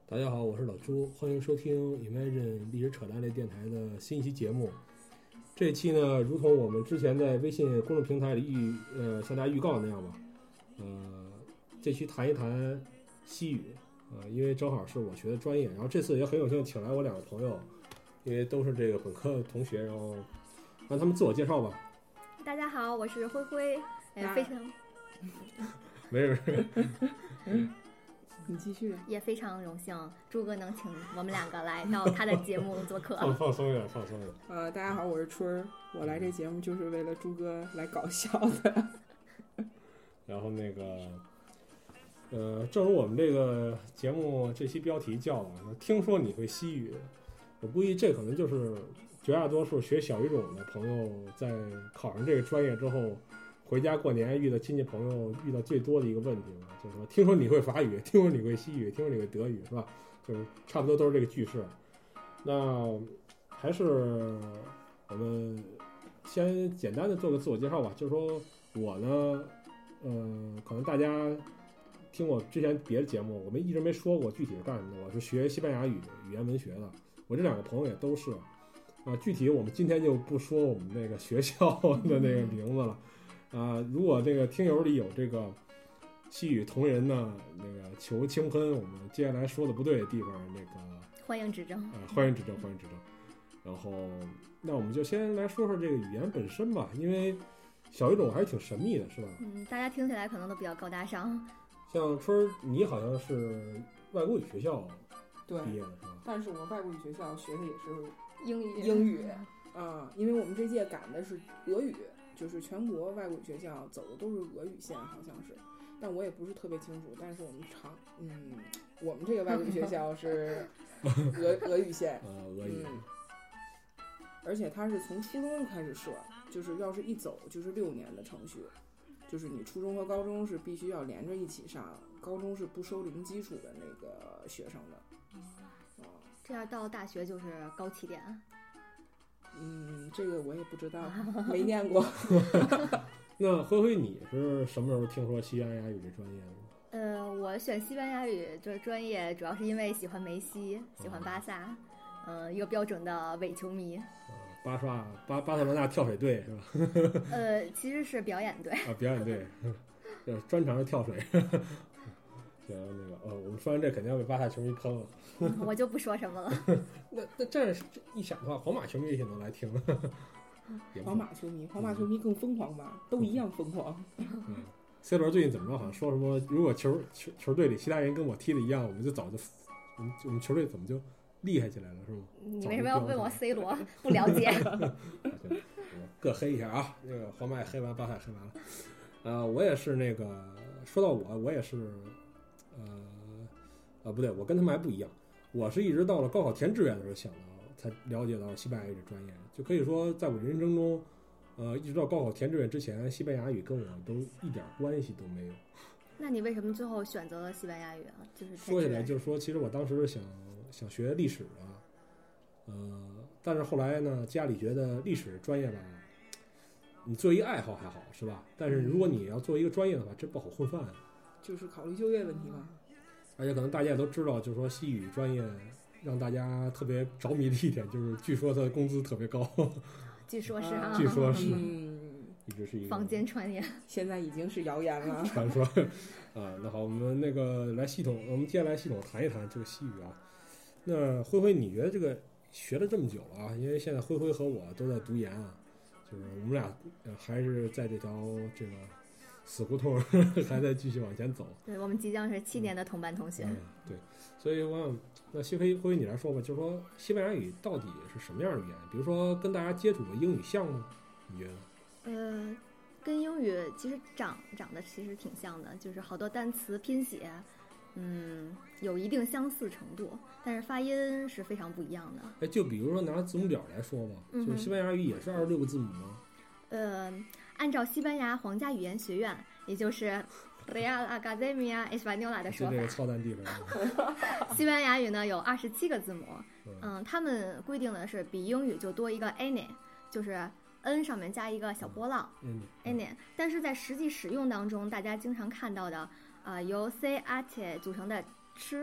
大家好，我是老朱，欢迎收听 Imagine 历史扯淡类电台的新一期节目。这一期呢，如同我们之前在微信公众平台里向大家预告的那样吧，这期谈一谈西语因为正好是我学的专业，然后这次也很有幸请来我两个朋友，因为都是这个本科的同学，然后让他们自我介绍吧。 大家好，我是灰灰，非常没事。 你继续。 也非常荣幸，朱哥能请我们两个来到他的节目做客。 放松一点。 大家好，我是春儿，我来这节目就是为了朱哥来搞笑的。 然后那个，正如我们这个节目这期标题叫听说你会西语，我估计这可能就是绝大多数学小语种的朋友在考上这个专业之后，回家过年遇到亲戚朋友遇到最多的一个问题了，就是说听说你会法语，听说你会西语，听说你会德语，是吧？就是差不多都是这个句式。那还是我们先简单的做个自我介绍吧，就是说我呢，可能大家听我之前别的节目，我们一直没说过具体是干什么的。我是学西班牙语语言文学的，我这两个朋友也都是。具体我们今天就不说我们那个学校的那个名字了。如果这个听友里有这个西语同仁呢，那个求轻喷我们接下来说的不对的地方，那个欢迎指正。 欢迎指正。然后，那我们就先来说说这个语言本身吧，因为小语种还是挺神秘的，是吧？ 大家听起来可能都比较高大上。 像春儿，你好像是外国语学校毕业的是吧？ 但是我外国语学校学的也是英语因为我们这届赶的是俄语，就是全国外国语学校走的都是俄语线，好像是，但我也不是特别清楚。但是我们这个外国语学校是俄语线， 俄语。 而且它是从初中开始设，就是要是一走就是6年的程序，就是你初中和高中是必须要连着一起上，高中是不收零基础的那个学生的。 这样到大学就是高起点。 这个我也不知道，没念过。 那灰灰，你是什么时候听说西班牙语这专业的？ 我选西班牙语这专业主要是因为喜欢梅西，喜欢巴萨，一个标准的伪球迷。 巴塞罗那跳水队是吧？ 其实是表演队。 表演队，专长是跳水。那个我们说完这肯定要被巴萨球迷喷了。 我就不说什么了。 那这一想的话，皇马球迷也能来听。 皇马球迷更疯狂吧？都一样疯狂。 C 罗最近怎么着？好像说什么，如果球队里其他人跟我踢的一样，我们我们球队怎么就厉害起来了，是吗？ 你为什么要问我 C 罗？不了解。 各黑一下啊！那个皇马也黑完，巴萨也黑完了。我也是那个，说到我也是，不对，我跟他们还不一样。我是一直到了高考填志愿的时候想到，才了解到西班牙语这专业。就可以说，在我人生中，一直到高考填志愿之前，西班牙语跟我都一点关系都没有。 那你为什么最后选择了西班牙语啊？就是说起来，就是说，其实我当时想学历史的，但是后来呢，家里觉得历史专业吧，你作为一个爱好还好，是吧？但是如果你要做一个专业的话，真不好混饭。 就是考虑就业问题吧。 而且可能大家也都知道，就是说西语专业让大家特别着迷的一点，就是据说他的工资特别高。 据说是据说是，一直是一个坊间传言， 现在已经是谣言了。 传说。那好，我们那个我们接下来系统谈一谈这个西语啊。那灰灰，你觉得这个学了这么久了啊？因为现在灰灰和我都在读研啊，就是我们俩还是在这条这个死胡同还在继续往前走。 对，我们即将是7年的同班同学。 对，所以我想，那灰灰你来说吧，就是说西班牙语到底是什么样的语言？比如说跟大家接触的英语像吗？你觉得？ 跟英语其实长得其实挺像的，就是好多单词拼写，有一定相似程度，但是发音是非常不一样的。 就比如说拿字母表来说吧，就是西班牙语也是26个字母吗？ 按照西班牙皇家语言学院，也就是 Real Academia Española 的说法， 这个操蛋地方。 西班牙语呢有27个字母，他们规定的是比英语就多一个 n， 就是 n 上面加一个小波浪，n。但是在实际使用当中，大家经常看到的由 ch 组成的吃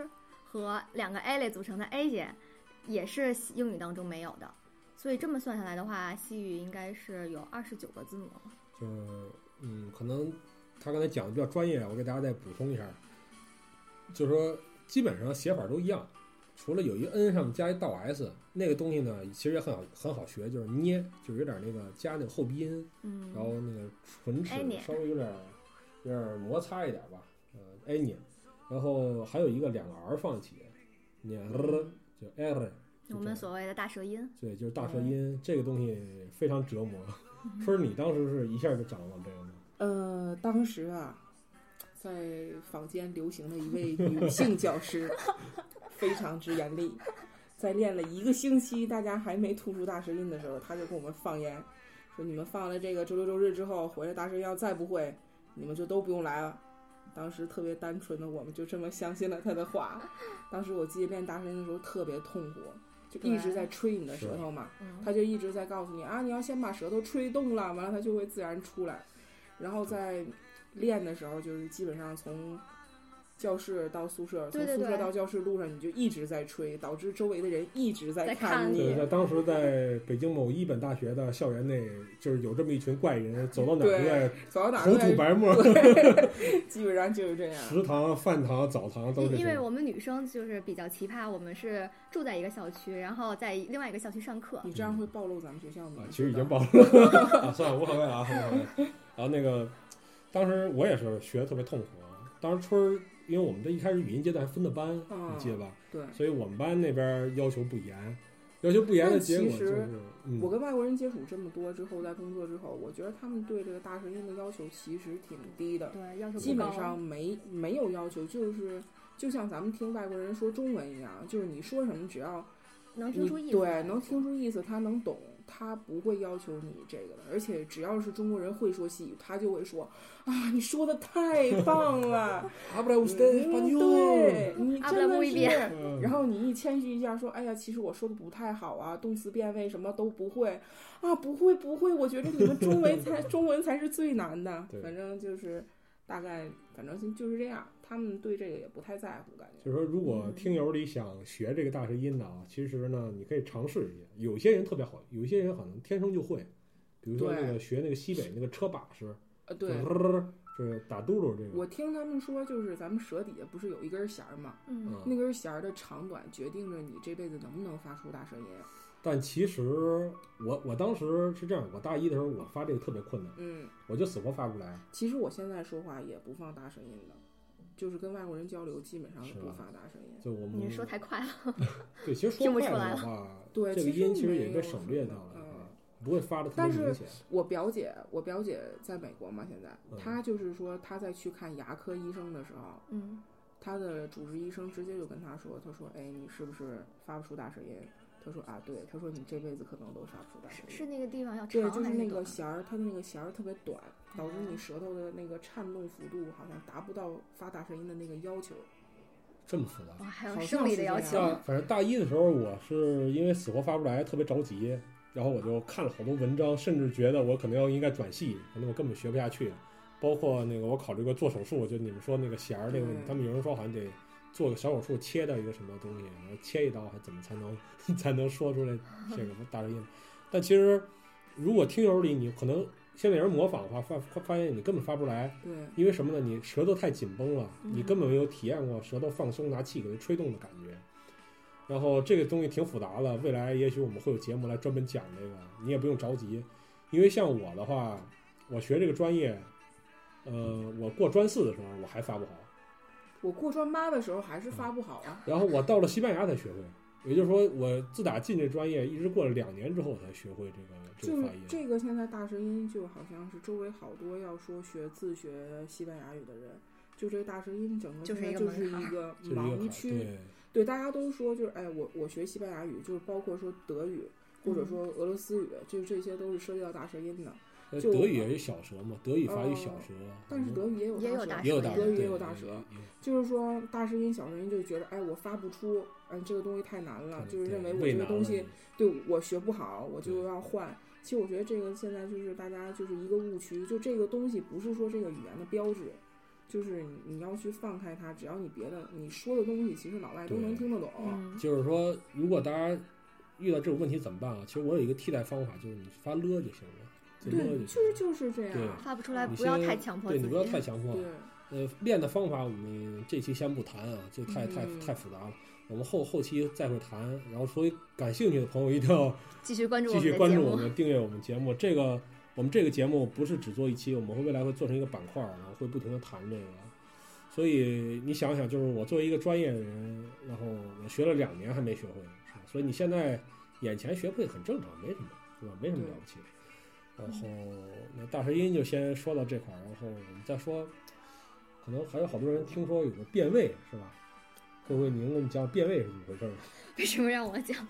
和2个 A 类组成的 A 节，也是英语当中没有的。所以这么算下来的话，西语应该是有29个字母。 就可能他刚才讲的比较专业，我给大家再补充一下，就是说基本上写法都一样，除了有一 N 上面加一倒 S 那个东西呢，其实也很好学，就是捏，就是有点那个加那个后鼻音，然后那个唇齿稍微有点摩擦一点吧，捏，然后还有一个2个 R 放一起，念就 R。 我们所谓的大舌音， 对，就是大舌音，这个东西非常折磨。春儿，你当时是一下就掌握这个吗？ 当时啊，在坊间流行的一位女性教师，非常之严厉，在练了1个星期，大家还没吐出大舌音的时候，他就跟我们放言说：“你们放了这个周六周日之后，回来大舌音要再不会，你们就都不用来了。”当时特别单纯的我们就这么相信了他的话。当时我记得练大舌音的时候特别痛苦。就一直在吹你的舌头嘛，他就一直在告诉你啊，你要先把舌头吹动了，完了它就会自然出来。然后在练的时候，就是基本上从教室到宿舍，从宿舍到教室路上，你就一直在吹，导致周围的人一直在看你。 对，在当时在北京某一本大学的校园内，就是有这么一群怪人，走到哪都在口吐白沫， 基本上就是这样。 食堂、饭堂、澡堂都是。 因为我们女生就是比较奇葩，我们是住在一个校区，然后在另外一个校区上课。 你这样会暴露咱们学校吗？ 其实已经暴露了，算了，无所谓啊，无所谓。然后那个，当时我也是学的特别痛苦。当时春儿，因为我们这一开始语音阶段还分的班，你记得吧？ 对， 所以我们班那边要求不严，的结果就是， 我跟外国人接触这么多之后，在工作之后，我觉得他们对这个大舌音的要求其实挺低的， 对，要求基本上没有要求，就是就像咱们听外国人说中文一样，就是你说什么只要能听出意思， 对，能听出意思，他能懂。他不会要求你这个的，而且只要是中国人会说西语，他就会说啊，你说的太棒了，对，你真的是。然后你一谦虚一下说，哎呀，其实我说的不太好啊，动词变位什么都不会啊，不会，我觉得你们中文才是最难的，反正就是大概，反正就是这样。他们对这个也不太在乎，感觉。 就是说，如果听友里想学这个大舌音的啊，其实呢，你可以尝试一下。有些人特别好，有些人可能天生就会。比如说那个学那个西北那个车把式， 对， 是打嘟噜这个。 我听他们说，就是咱们舌底下不是有一根弦嘛，那根弦的长短决定着你这辈子能不能发出大舌音。 但其实我当时是这样，我大一的时候我发这个特别困难，我就死活发不出来。 其实我现在说话也不放大声音的。就是跟外国人交流，基本上是不发大声音。 就我们你说太快了。 对，其实说快的话， 对， 这个音其实也被省略掉了，不会发的特别明显。 但是我表姐在美国嘛，现在她就是说，她在去看牙科医生的时候，她的主治医生直接就跟她说，他说，哎，你是不是发不出大声音？他说啊，对，他说你这辈子可能都发不出大声音。 是那个地方要长， 对，就是那个弦儿，它的那个弦儿特别短，导致你舌头的那个颤动幅度好像达不到发大声音的那个要求。 这么复杂？ 哇，还有生理的要求。 反正大一的时候，我是因为死活发不出来，特别着急，然后我就看了好多文章，甚至觉得我可能应该转系，可能我根本学不下去。包括那个我考虑过做手术，就你们说那个弦儿这个问题，他们有人说好像得做个小手术切掉一个什么东西，然后切一刀还怎么才能说出来这个大舌音。但其实如果听友里你可能现在有人模仿的话，发现你根本发不出来。 对， 因为什么呢？你舌头太紧绷了，你根本没有体验过舌头放松拿气给它吹动的感觉。然后这个东西挺复杂的，未来也许我们会有节目来专门讲这个，你也不用着急。因为像我的话，我学这个专业，我过专4的时候我还发不好。 我过专8的时候还是发不好啊。 然后我到了西班牙才学会，也就是说我自打进这专业一直过了2年之后才学会这个发音。 这个现在大舌音就好像是周围好多要说自学西班牙语的人，就这个大舌音整个就是一个盲区。对，大家都说就是哎，我学西班牙语就是包括说德语或者说俄罗斯语，就是这些都是涉及到大舌音的。 德语也是小舌嘛，德语、法语小舌， 但是德语也有大舌， 德语也有大舌，就是说大舌音、小舌音就觉得，哎，我发不出，这个东西太难了，就是认为我这个东西对我学不好，我就要换。其实我觉得这个现在就是大家就是一个误区，就这个东西不是说这个语言的标志， 就是你要去放开它，只要你别的你说的东西，其实老外都能听得懂。 就是说，如果大家遇到这种问题怎么办啊？其实我有一个替代方法，就是你发了就行了。 对，其实就是这样。 发不出来，不要太强迫自己。 对，你不要太强迫。 对。 练的方法我们这期先不谈啊，就太复杂了。我们后期再会谈。然后，所以感兴趣的朋友一定要继续关注我们，订阅我们节目。我们这个节目不是只做一期，我们未来会做成一个板块，然后会不停的谈这个。所以你想想，就是我作为一个专业的人，然后我学了2年还没学会，是吧？所以你现在眼前学会很正常，没什么，是吧？没什么了不起。然后那大舌音就先说到这块儿，然后我们再说，可能还有好多人听说有个变位，是吧？慧慧，你能给我们讲变位是怎么回事吗？ 为什么让我讲？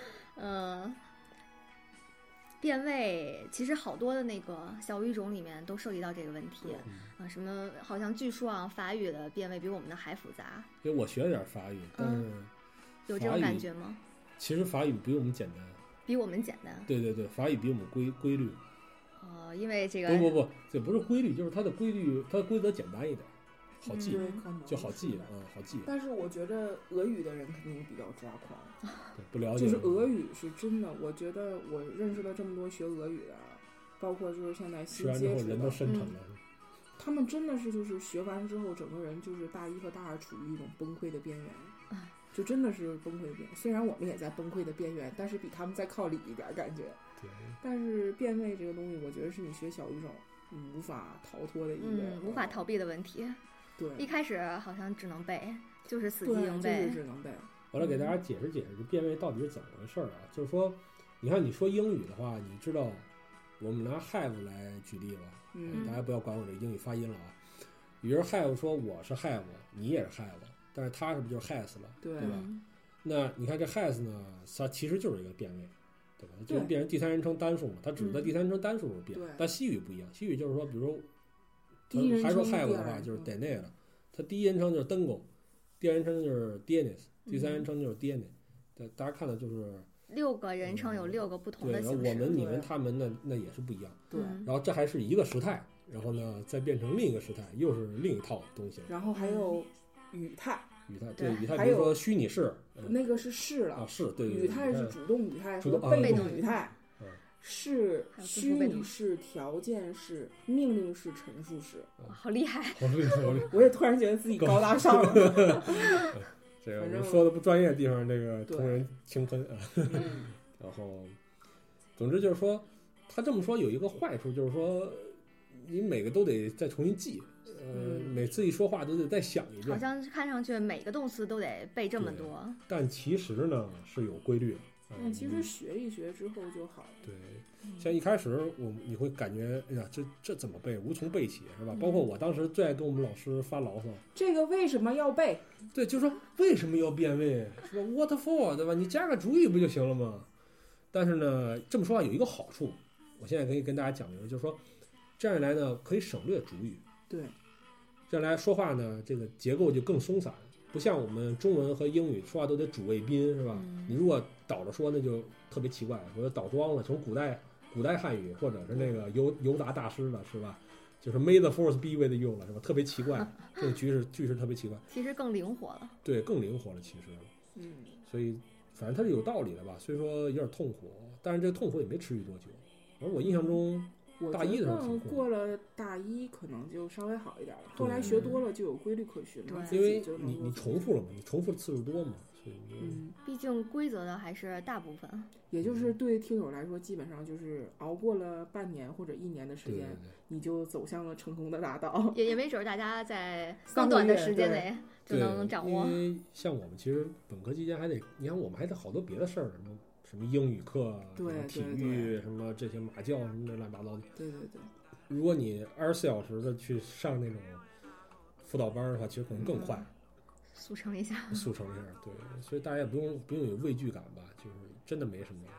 变位其实好多的那个小语种里面都涉及到这个问题什么好像据说啊，法语的变位比我们的还复杂。 因为我学了点法语，但是有这种感觉吗？ 其实法语比我们简单。 比我们简单。 对，法语比我们规律。 因为这个不，这不是规律，就是它的规律，它的规则简单一点，好记，就好记好记。 但是我觉得俄语的人肯定比较抓狂， 不了解。 就是俄语是真的，我觉得我认识了这么多学俄语的，包括就是现在新接触的， 人都深沉了。 他们真的是就是学完之后，整个人就是大1和大2处于一种崩溃的边缘，就真的是崩溃的边缘。虽然我们也在崩溃的边缘，但是比他们再靠里一点感觉。但是变位这个东西，我觉得是你学小语种无法逃脱的一个， 无法逃避的问题。 对， 一开始好像只能背，就是死记硬背， 就是只能背。 我来给大家解释解释这变位到底是怎么回事啊？就是说，你看你说英语的话，你知道，我们拿 have 来举例吧，大家不要管我这英语发音了啊。比如 have 说我是 have， 你也是 have， 但是他是不是就是 has 了，对吧？那你看这 has 呢，它其实就是一个变位。对吧？就是变成第三人称单数嘛，它只在第三人称单数时候变。但西语不一样，西语就是说，比如说还说 have 的话，就是 dene 了，它第一人称就是 dengo， 第二人称就是 dienes， 第三人称就是 diene。大家看的就是 6个人称有6个不同的形式。 对，我们、你们、他们那也是不一样。 对。 然后这还是一个时态，然后呢再变成另一个时态，又是另一套东西。 然后还有语态。 对，语态，比如说虚拟式， 那个是式了是对。 语态是主动语态和被动语态，是虚拟式、条件式、命令式、陈述式。 好厉害！ 我也突然觉得自己高大上了。 这个我们说的不专业的地方，这个同人轻喷啊。然后，总之就是说，他这么说有一个坏处，就是说你每个都得再重新记。每次一说话都得再想一遍， 好像看上去每个动词都得背这么多， 但其实呢是有规律的。 其实学一学之后就好了。 对，像一开始你会感觉，哎呀，这怎么背，无从背起，是吧？包括我当时最爱跟我们老师发牢骚， 这个为什么要背？ 对，就是说为什么要变位，是吧 ？What for， 对吧？你加个主语不就行了吗？但是呢，这么说话有一个好处，我现在可以跟大家讲明，就是说这样一来呢，可以省略主语。 对。 这样来说话呢，这个结构就更松散，不像我们中文和英语说话都得主谓宾，是吧？你如果倒着说，那就特别奇怪，或者倒装了，从古代汉语或者是那个尤达大师了，是吧？就是 May the force be with you 了，是吧？特别奇怪，这个句式特别奇怪。 其实更灵活了。 对，更灵活了，其实。所以反正它是有道理的吧？虽说有点痛苦，但是这个痛苦也没持续多久。而我印象中。大一的时候过了大一可能就稍微好一点了，后来学多了就有规律可循了， 因为你重复了嘛，你重复的次数多嘛，所以毕竟规则的还是大部分， 也就是对听友来说，基本上就是熬过了半年或者1年的时间，你就走向了成功的大道。 也没准大家在更短的时间内就能掌握。 因为像我们其实本科期间你看我们还得好多别的事儿，什么英语课，体育，什么这些马教什么的乱七八糟的。 对。 如果你24小时的去上那种辅导班的话，其实可能更快。 速成一下， 对，所以大家也不用有畏惧感吧，就是真的没什么。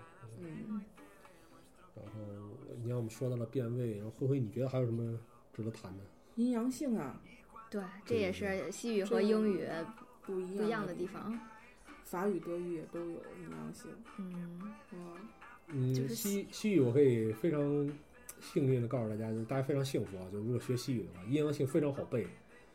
然后你看我们说到了变位，然后慧慧，你觉得还有什么值得谈的？ 阴阳性啊， 对，这也是西语和英语不一样的地方。 法语、德语也都有阴阳性。 就是西语我可以非常幸运的告诉大家，就是大家非常幸福啊！就是如果学西语的话，阴阳性非常好背。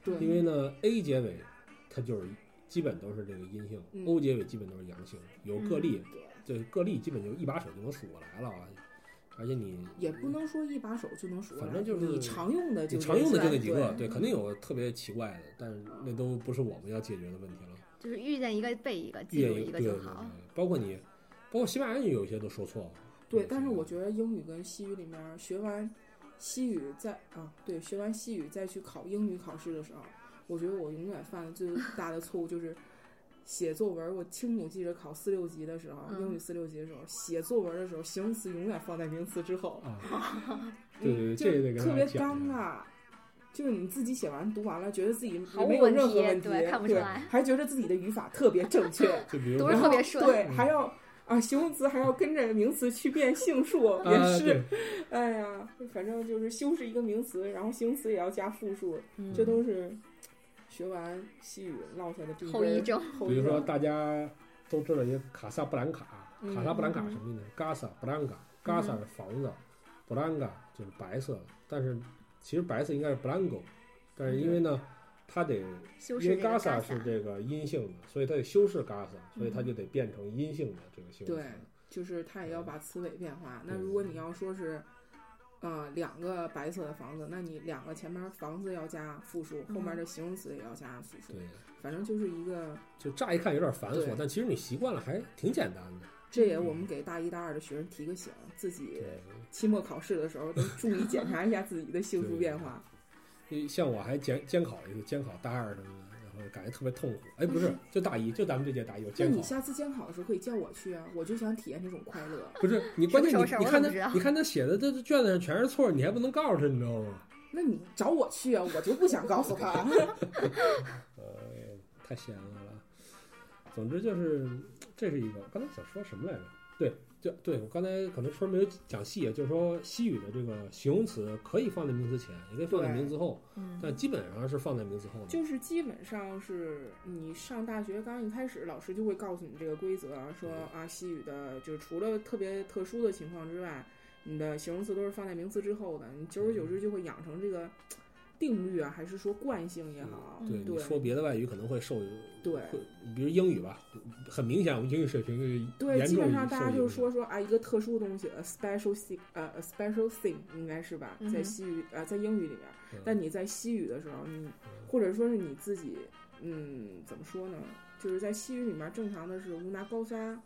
对， 因为呢 A 结尾它就是基本都是这个阴性，O 结尾基本都是阳性，有个例，这个例基本就一把手就能数过来了啊。而且你也不能说一把手就能数过来， 反正就是你常用的就那几个，对，肯定有特别奇怪的，但是那都不是我们要解决的问题了。 就是遇见一个背一个，记住一个就好。 包括西班牙语有些都说错了。 对，但是我觉得英语跟西语里面学完西语学完西语再去考英语考试的时候，我觉得我永远犯的最大的错误就是写作文。我清楚记着考4、6级的时候，英语4、6级的时候，写作文的时候，形容词永远放在名词之后。 对， 就这个特别尴尬。就是你自己写完读完了，觉得自己没有任何问题， 对，看不出来， 还觉得自己的语法特别正确， 就比如读着特别顺， 对，还要形容词还要跟着名词去变性数，也是，哎呀，反正就是修饰一个名词，然后形容词也要加复数，这都是学完西语落下的后遗症。 比如说大家都知道一个卡萨布兰卡，卡萨布兰卡什么意思？Casa Blanca，Casa 是房子，Blanca 就是白色的，但是其实白色应该是 Blanco， 但是因为呢，它得因为 Casa 是这个阴性的，所以它得修饰 Casa， 所以它就得变成阴性的这个形容词。 对，就是它也要把词尾变化。那如果你要说是2个白色的房子，那你2个前面房子要加复数，后面的形容词也要加复数。 对， 反正就是一个， 就乍一看有点繁琐，但其实你习惯了还挺简单的。 这也我们给大1、大2的学生提个醒，自己期末考试的时候都注意检查一下自己的姓数变化。 像我还监考一个，监考大2什么的，然后感觉特别痛苦。哎，不是，就大1，就咱们这届大1有监考。 那你下次监考的时候可以叫我去啊，我就想体验这种快乐。 不是你，关键你看他写的这卷子上全是错，你还不能告诉他，你知道吗？ 那你找我去啊，我就不想告诉他。 太闲了。总之就是这是一个，刚才想说什么来着？对，我刚才可能说没有讲细，就是说西语的这个形容词可以放在名词前，也可以放在名词后，但基本上是放在名词后的。 就是基本上是你上大学刚一开始，老师就会告诉你这个规则，说西语的就是除了特别特殊的情况之外，你的形容词都是放在名词之后的，你久而久之就会养成这个定律啊，还是说惯性也好， 对，你说别的外语可能会受， 对， 比如英语吧，很明显我们英语水平对，基本上大家就说一个特殊东西 ，a special thing 应该是吧，在西语在英语里面，但你在西语的时候，你或者说是你自己，怎么说呢？就是在西语里面正常的是una cosa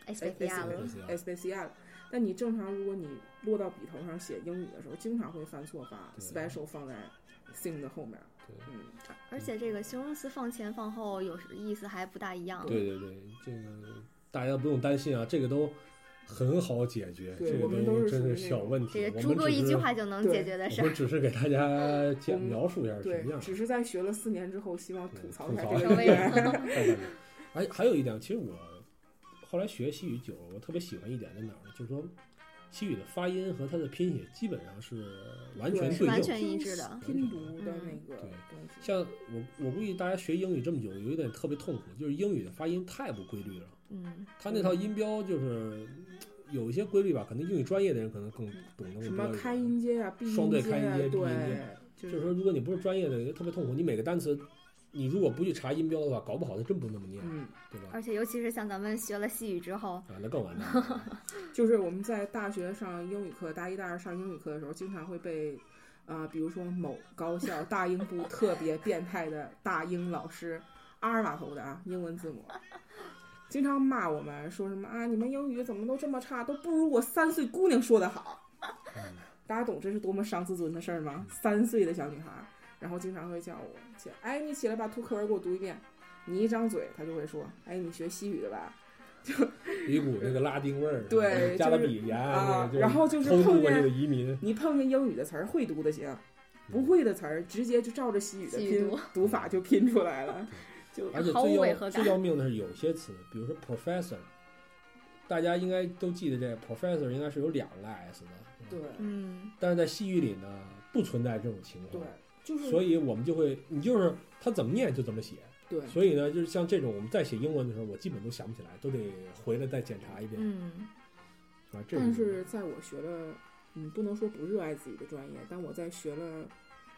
especial，但你正常如果你落到笔头上写英语的时候，经常会犯错，把 special 放在thing 的后面。 而且这个形容词放前放后有时意思还不大一样。 对，这个大家不用担心啊，这个都很好解决，这个都真是小问题。 这个朱哥一句话就能解决的事儿。 我们只是给大家描述一下什么样。 只是在学了4年之后，希望吐槽一下这个语言。 还有一点，其实我后来学西语久了，我特别喜欢一点在哪儿呢？就是说，西语的发音和它的拼写基本上是完全对应、 完全一致的。 拼读的那个东西， 像我估计大家学英语这么久，有一点特别痛苦，就是英语的发音太不规律了。它那套音标就是有一些规律吧，可能英语专业的人可能更懂得。 什么开音节啊，闭音节啊， 双对开音节、闭音节， 就是说，如果你不是专业的，特别痛苦。你每个单词，你如果不去查音标的话，搞不好它真不那么念，对吧？ 而且尤其是像咱们学了西语之后， 那更完蛋。 就是我们在大学上英语课，大1、大2上英语课的时候，经常会被比如说某高校大英部特别变态的大英老师，阿尔法头的英文字母，经常骂我们，说什么你们英语怎么都这么差，都不如我3岁姑娘说的好。大家懂这是多么伤自尊的事儿吗？3岁的小女孩，然后经常会叫我你起来把图课文给我读一遍。你一张嘴，他就会说，你学西语的吧？就一股那个拉丁味儿， 对， 加勒比沿然后就是碰见移民， 你碰见英语的词儿会读的行，不会的词儿直接就照着西语的读法就拼出来了。 而且最要命的是有些词，比如说 professor， 大家应该都记得这 professor 应该是有2个 s 的， 对， 但是在西语里呢不存在这种情况， 对，就是所以我们就会，你就是他怎么念就怎么写。 对， 所以呢，就是像这种我们在写英文的时候，我基本都想不起来，都得回来再检查一遍。 但是在我学了，不能说不热爱自己的专业，但我在学了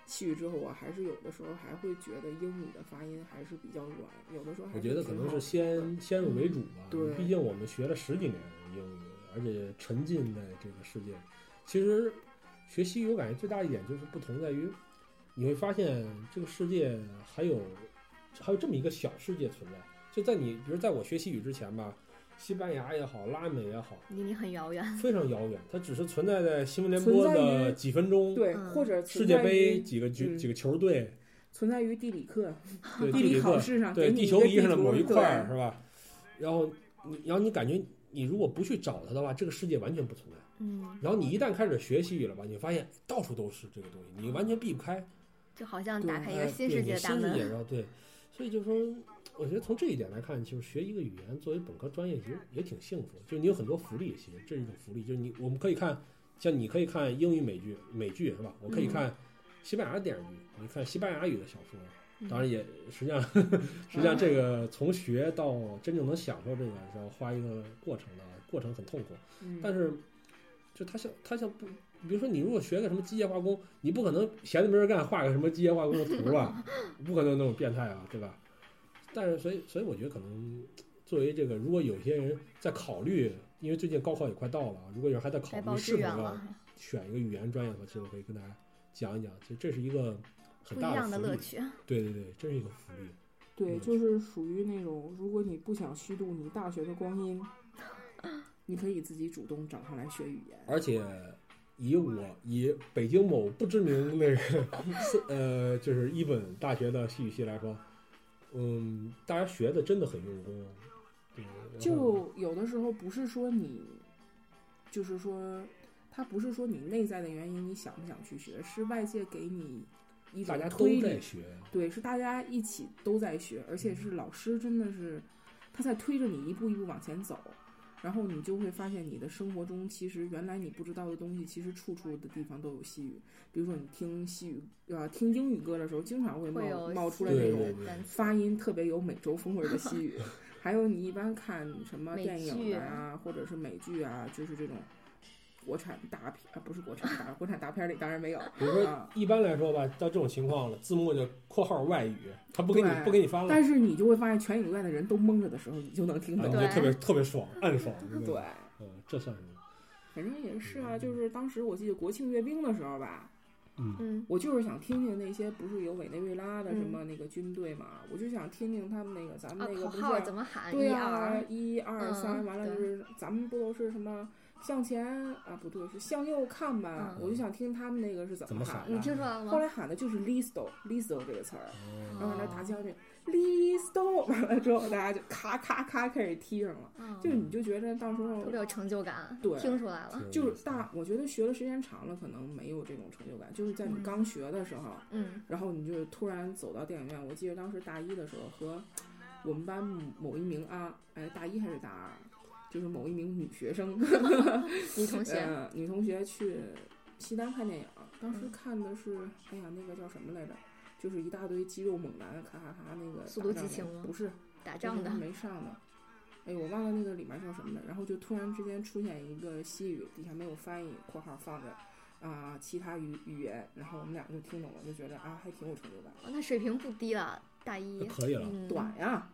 西语之后，我还是有的时候还会觉得英语的发音还是比较软，有的时候还我觉得可能是先入为主吧。 对， 毕竟我们学了10几年英语，而且沉浸在这个世界。其实学西语我感觉最大一点就是不同在于，你会发现这个世界还有这么一个小世界存在。就在你，比如在我学西语之前吧，西班牙也好，拉美也好， 离你很遥远， 非常遥远。它只是存在在新闻联播的几分钟， 对，或者世界杯几个球队， 存在于地理课、 对地理考试上， 对地球仪上的某一块，是吧？然后你感觉你如果不去找它的话，这个世界完全不存在。然后你一旦开始学西语了吧，你发现到处都是这个东西，你完全避不开， 就好像打开一个新世界的大门。 新世界，然后对，所以就是说。我觉得从这一点来看，就是学一个语言作为本科专业，其实也挺幸福。就是你有很多福利，其实这是一种福利。就是我们可以看，像你可以看英语美剧是吧？我可以看西班牙的电视剧，你看西班牙语的小说。当然也实际上这个从学到真正能享受这个是要花一个过程的，过程很痛苦。但是就它像不，比如说你如果学个什么机械化工，你不可能闲着没人干画个什么机械化工的图吧？不可能那种变态啊，对吧？但是，所以我觉得可能作为这个，如果有些人在考虑，因为最近高考也快到了，如果有人还在考虑是否要选一个语言专业的话，其实我可以跟大家讲一讲，其实这是一个很大的乐趣。 对对对，这是一个福利。 对，就是属于那种，如果你不想虚度你大学的光阴，你可以自己主动找上来学语言。 而且以北京某不知名那个就是一本大学的西语系来说。大家学的真的很用功，对。 就有的时候不是说你，就是说，它不是说你内在的原因，你想不想去学，是外界给你一种推力， 大家都在学， 对，是大家一起都在学，而且是老师真的是他在推着你一步一步往前走。然后你就会发现，你的生活中其实原来你不知道的东西，其实处处的地方都有西语。比如说你听西语听英语歌的时候，经常会冒出来那种发音特别有美洲风味的西语。还有你一般看什么电影的啊，或者是美剧啊，就是这种国产大片不是国产大片里当然没有。 比如说一般来说吧，到这种情况了，字幕就括号外语，他不给你翻了。 但是你就会发现全影院的人都蒙着的时候，你就能听懂， 你就特别爽，暗爽。 对， 这算是。 反正也是啊，就是当时我记得国庆阅兵的时候吧，我就是想听听那些不是有委内瑞拉的什么那个军队嘛，我就想听听他们那个咱们那个口号怎么喊？ 对啊，1、2、3，完了就是咱们不都是什么？向前啊，不对，是向右看吧。我就想听他们那个是怎么喊的。 你听出来了吗？ 后来喊的就是 listo 这个词儿，然后那打将军 listo， 完了之后大家就咔咔咔开始踢上了。就你就觉得到时候特别有成就感。 对， 听出来了。 就是我觉得学的时间长了，可能没有这种成就感。就是在你刚学的时候，然后你就突然走到电影院。我记得当时大一的时候和我们班某一名大一还是大二。就是某一名女学生女同学去西单看电影，当时看的是那个叫什么来着，就是一大堆肌肉猛男咔咔咔那个速度激情吗？ 不是打仗的， 没上的。我忘了那个里面叫什么了。然后就突然之间出现一个西语，底下没有翻译，括号放着其他语言，然后我们俩就听懂了，就觉得还挺有成就感。 那水平不低了，大一可以了， 短呀。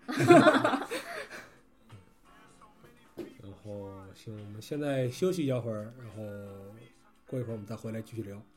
然后行，我们现在休息一会儿，然后过一会儿我们再回来继续聊。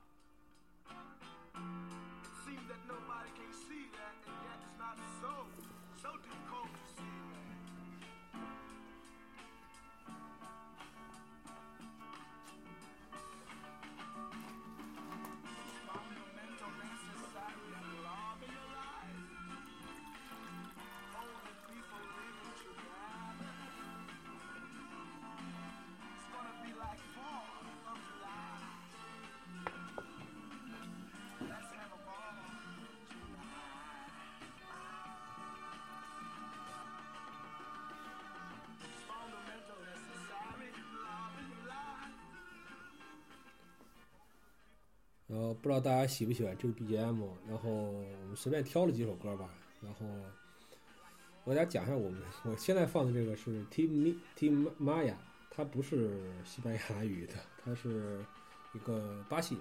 然后不知道大家喜不喜欢这个 BGM， 然后我们随便挑了几首歌吧。然后我给大家讲一下，我现在放的这个是 Tim Maya， 它不是西班牙语的，它是一个巴西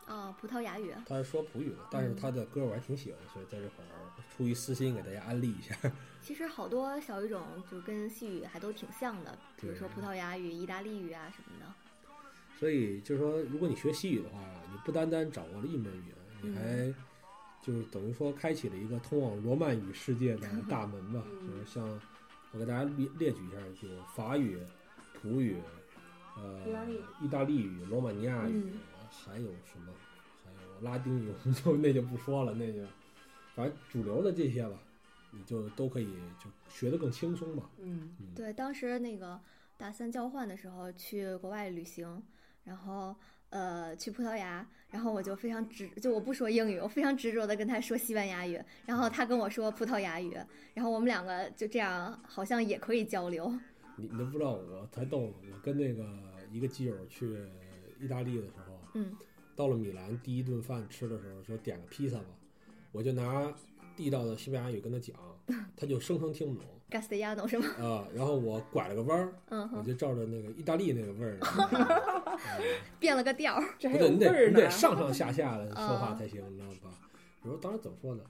哦，葡萄牙语。 他是说葡语的，但是他的歌我还挺喜欢的，所以在这块儿出于私心给大家安利一下。 其实好多小语种就跟西语还都挺像的，比如说葡萄牙语、意大利语啊什么的。 所以就是说，如果你学西语的话，你不单单掌握了一门语言，你还就等于说开启了一个通往罗曼语世界的大门吧。就是像我给大家列举一下，就法语、葡语、意大利语、罗马尼亚语，还有什么？还有拉丁语，那就不说了，那就反正主流的这些吧，你就都可以就学得更轻松吧。 对，当时那个大三交换的时候去国外旅行，然后去葡萄牙，然后我就非常就我不说英语，我非常执着的跟他说西班牙语，然后他跟我说葡萄牙语，然后我们两个就这样好像也可以交流。 你都不知道我才逗呢，我跟那个一个基友去意大利的时候，到了米兰第一顿饭吃的时候说点个披萨吧，我就拿地道的西班牙语跟他讲，他就生听不懂。 Castellano 是吗？ 然后我拐了个弯儿，我就照着那个意大利那个味儿， 变了个调儿。 这还有味儿呢， 你得上上下下的说话才行，你知道吧？我说当时怎么说呢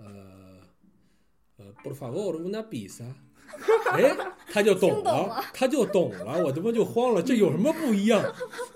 ？por favor una pizza。哎，他就懂了，我他妈就慌了，这有什么不一样？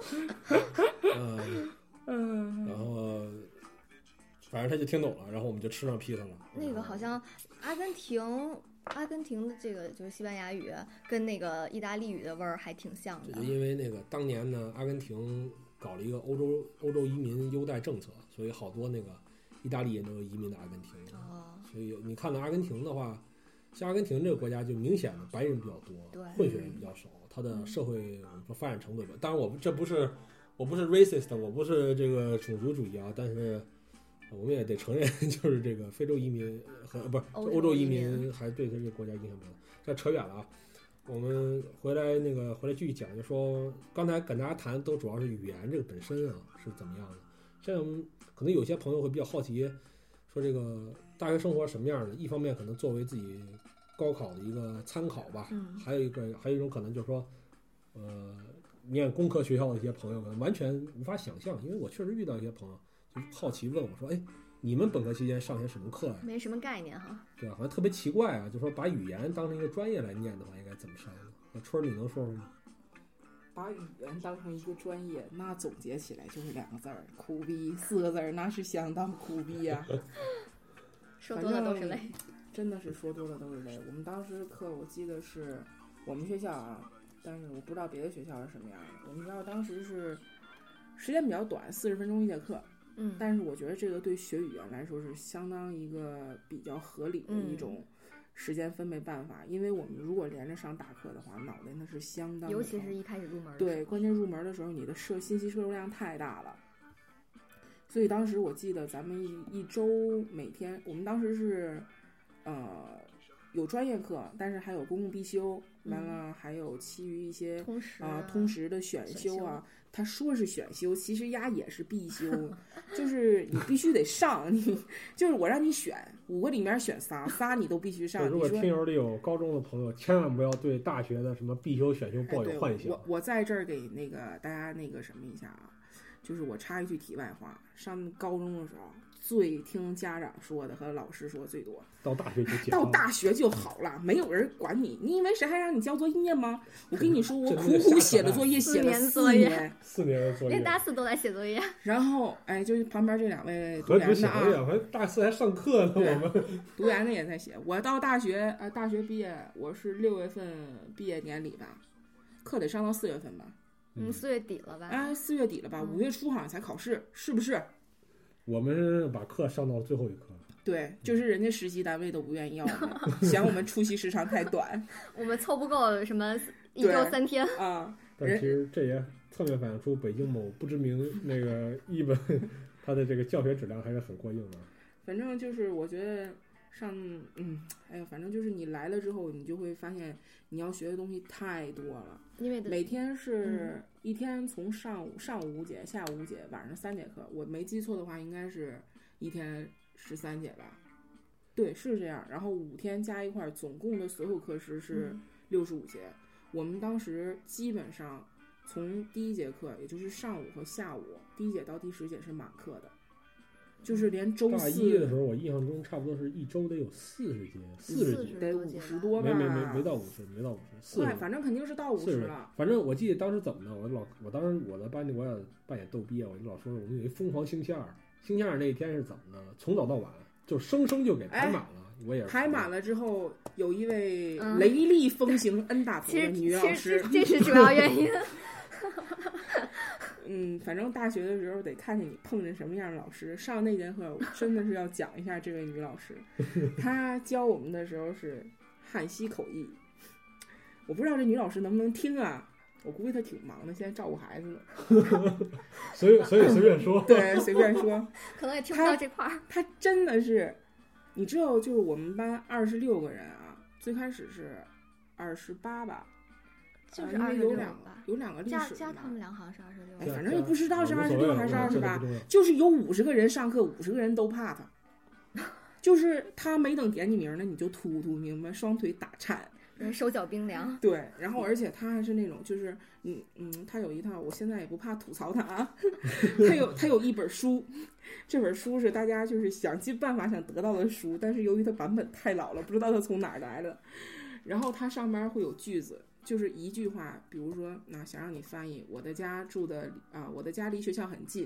然后反正他就听懂了，然后我们就吃上披萨了。 那个好像阿根廷的这个就是西班牙语跟那个意大利语的味儿还挺像的。 这就因为那个当年呢，阿根廷搞了一个欧洲移民优待政策，所以好多那个意大利人都移民到阿根廷。所以你看到阿根廷的话，像阿根廷这个国家就明显的白人比较多，混血人比较少，它的社会我们说发展程度，当然我不是 racist， 我不是这个种族主义啊，但是我们也得承认，就是这个非洲移民和不是欧洲移民还对这个国家影响比较大。这扯远了啊，我们回来继续讲，就说刚才跟大家谈都主要是语言这个本身啊是怎么样的。像可能有些朋友会比较好奇，说这个大学生活什么样的？一方面可能作为自己高考的一个参考吧，还有一种可能就是说，念工科学校的一些朋友们完全无法想象，因为我确实遇到一些朋友就好奇问我说，哎，你们本科期间上些什么课呀？ 没什么概念哈。 对啊，好像特别奇怪啊，就说把语言当成一个专业来念的话，应该怎么上呢？那春儿你能说说吗？ 把语言当成一个专业，那总结起来就是2个字儿：苦逼。4个字儿，那是相当苦逼呀。 说多了都是泪， 真的是说多了都是泪。我们当时课我记得是我们学校啊，但是我不知道别的学校是什么样的。我们学校当时是时间比较短，40分钟一节课。但是我觉得这个对学语言来说是相当一个比较合理的一种时间分配办法，因为我们如果连着上大课的话，脑袋那是相当的， 尤其是一开始入门。 对，关键入门的时候，你的信息摄入量太大了。所以当时我记得咱们一周每天，我们当时是有专业课，但是还有公共必修，完了还有其余一些通识的选修啊。他说是选修，其实也是必修，就是你必须得上。就是我让你选5个里面选仨你都必须上。 如果听友里有高中的朋友，千万不要对大学的什么必修选修抱有幻想。 我在这儿给那个大家那个什么一下啊，就是我插一句题外话，上高中的时候最听家长说的和老师说最多， 到大学就好了，没有人管你，你以为谁还让你交作业吗？我跟你说，我苦苦写的作业写了4年 ，4年的作业， 连大4都在写作业。 然后就是旁边这2位读研的啊， 还大4还上课呢，我们读研的也在写。我到大学毕业，我是6月份毕业典礼吧，课得上到4月份吧。 4月底了吧 ？4月底了吧？5月初好像才考试，是不是？ 我们把课上到最后一课。 对，就是人家实习单位都不愿意要我们，嫌我们出席时长太短， 我们凑不够什么1周3天啊。 但其实这也侧面反映出北京某不知名那个一本，它的这个教学质量还是很过硬的。 反正就是我觉得反正就是你来了之后，你就会发现你要学的东西太多了， 因为每天是一天从上午5节，下午5节，晚上3节课。我没记错的话，应该是一天13节吧？对，是这样。然后5天加一块，总共的所有课时是65节。我们当时基本上从第一节课，也就是上午和下午，第一节到第10节是满课的，就是连周四大一的时候，我印象中差不多是一周得有40节，40节得50多吧？ 没到50， 快，反正肯定是到50了。 反正我记得当时怎么呢？我当时我在班里我也扮演逗逼啊，我就老说我们有一疯狂星期二，星期二那一天是怎么呢？从早到晚就生生就给排满了。我也是排满了之后，有一位雷厉风行、恩大头的女老师， 这是主要原因。 反正大学的时候得看见你碰见什么样的老师。上那节课真的是要讲一下这位女老师，她教我们的时候是汉西口译。我不知道这女老师能不能听啊，我估计她挺忙的，现在照顾孩子呢。 所以随便说， 对，随便说， 可能也听不到这块儿。 她真的是。你知道，就是我们班26个人啊，最开始是28吧， 就是因为有两个历史加他们俩好像是26。 反正也不知道是26还是28，就是有50个人上课，50个人都怕他，就是他没等点你名呢，你就突明白，双腿打颤， 手脚冰凉。 对，然后而且他还是那种，就是他有一套，我现在也不怕吐槽他啊，他有一本书。这本书是大家就是想尽办法想得到的书，但是由于它版本太老了，不知道它从哪儿来的。然后它上面会有句子，就是一句话，比如说想让你翻译我的家离学校很近。